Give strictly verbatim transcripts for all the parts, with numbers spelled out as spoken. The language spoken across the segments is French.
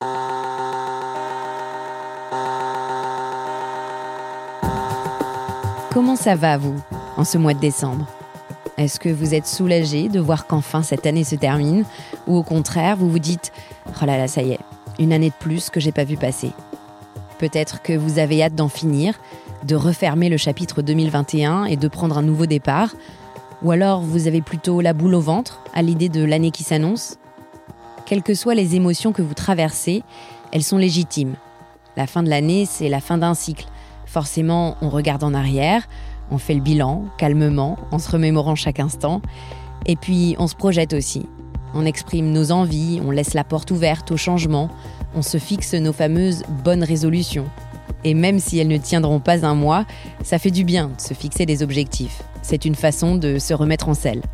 Comment ça va, vous, en ce mois de décembre ? Est-ce que vous êtes soulagé de voir qu'enfin cette année se termine ? Ou au contraire, vous vous dites « Oh là là, ça y est, une année de plus que j'ai pas vu passer ». Peut-être que vous avez hâte d'en finir, de refermer le chapitre deux mille vingt et un et de prendre un nouveau départ. Ou alors vous avez plutôt la boule au ventre à l'idée de l'année qui s'annonce. Quelles que soient les émotions que vous traversez, elles sont légitimes. La fin de l'année, c'est la fin d'un cycle. Forcément, on regarde en arrière, on fait le bilan, calmement, en se remémorant chaque instant. Et puis, on se projette aussi. On exprime nos envies, on laisse la porte ouverte au changement, on se fixe nos fameuses bonnes résolutions. Et même si elles ne tiendront pas un mois, ça fait du bien de se fixer des objectifs. C'est une façon de se remettre en selle.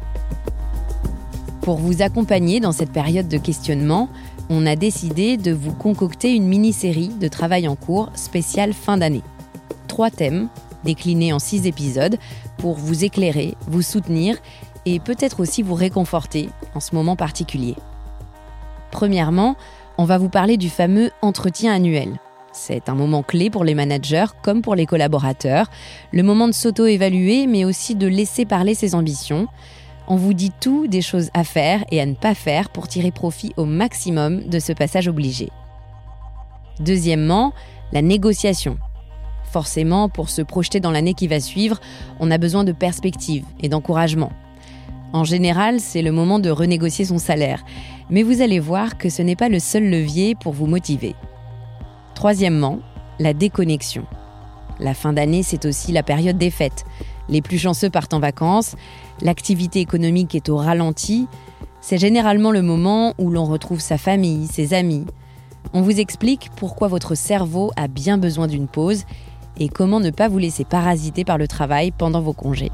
Pour vous accompagner dans cette période de questionnement, on a décidé de vous concocter une mini-série de travail en cours spéciale fin d'année. Trois thèmes, déclinés en six épisodes, pour vous éclairer, vous soutenir et peut-être aussi vous réconforter en ce moment particulier. Premièrement, on va vous parler du fameux entretien annuel. C'est un moment clé pour les managers comme pour les collaborateurs, le moment de s'auto-évaluer mais aussi de laisser parler ses ambitions. On vous dit tout des choses à faire et à ne pas faire pour tirer profit au maximum de ce passage obligé. Deuxièmement, la négociation. Forcément, pour se projeter dans l'année qui va suivre, on a besoin de perspective et d'encouragement. En général, c'est le moment de renégocier son salaire. Mais vous allez voir que ce n'est pas le seul levier pour vous motiver. Troisièmement, la déconnexion. La fin d'année, c'est aussi la période des fêtes. Les plus chanceux partent en vacances, l'activité économique est au ralenti. C'est généralement le moment où l'on retrouve sa famille, ses amis. On vous explique pourquoi votre cerveau a bien besoin d'une pause et comment ne pas vous laisser parasiter par le travail pendant vos congés.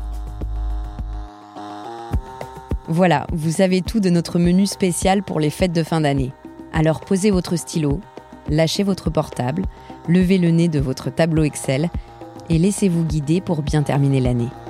Voilà, vous savez tout de notre menu spécial pour les fêtes de fin d'année. Alors posez votre stylo, lâchez votre portable, levez le nez de votre tableau Excel et laissez-vous guider pour bien terminer l'année.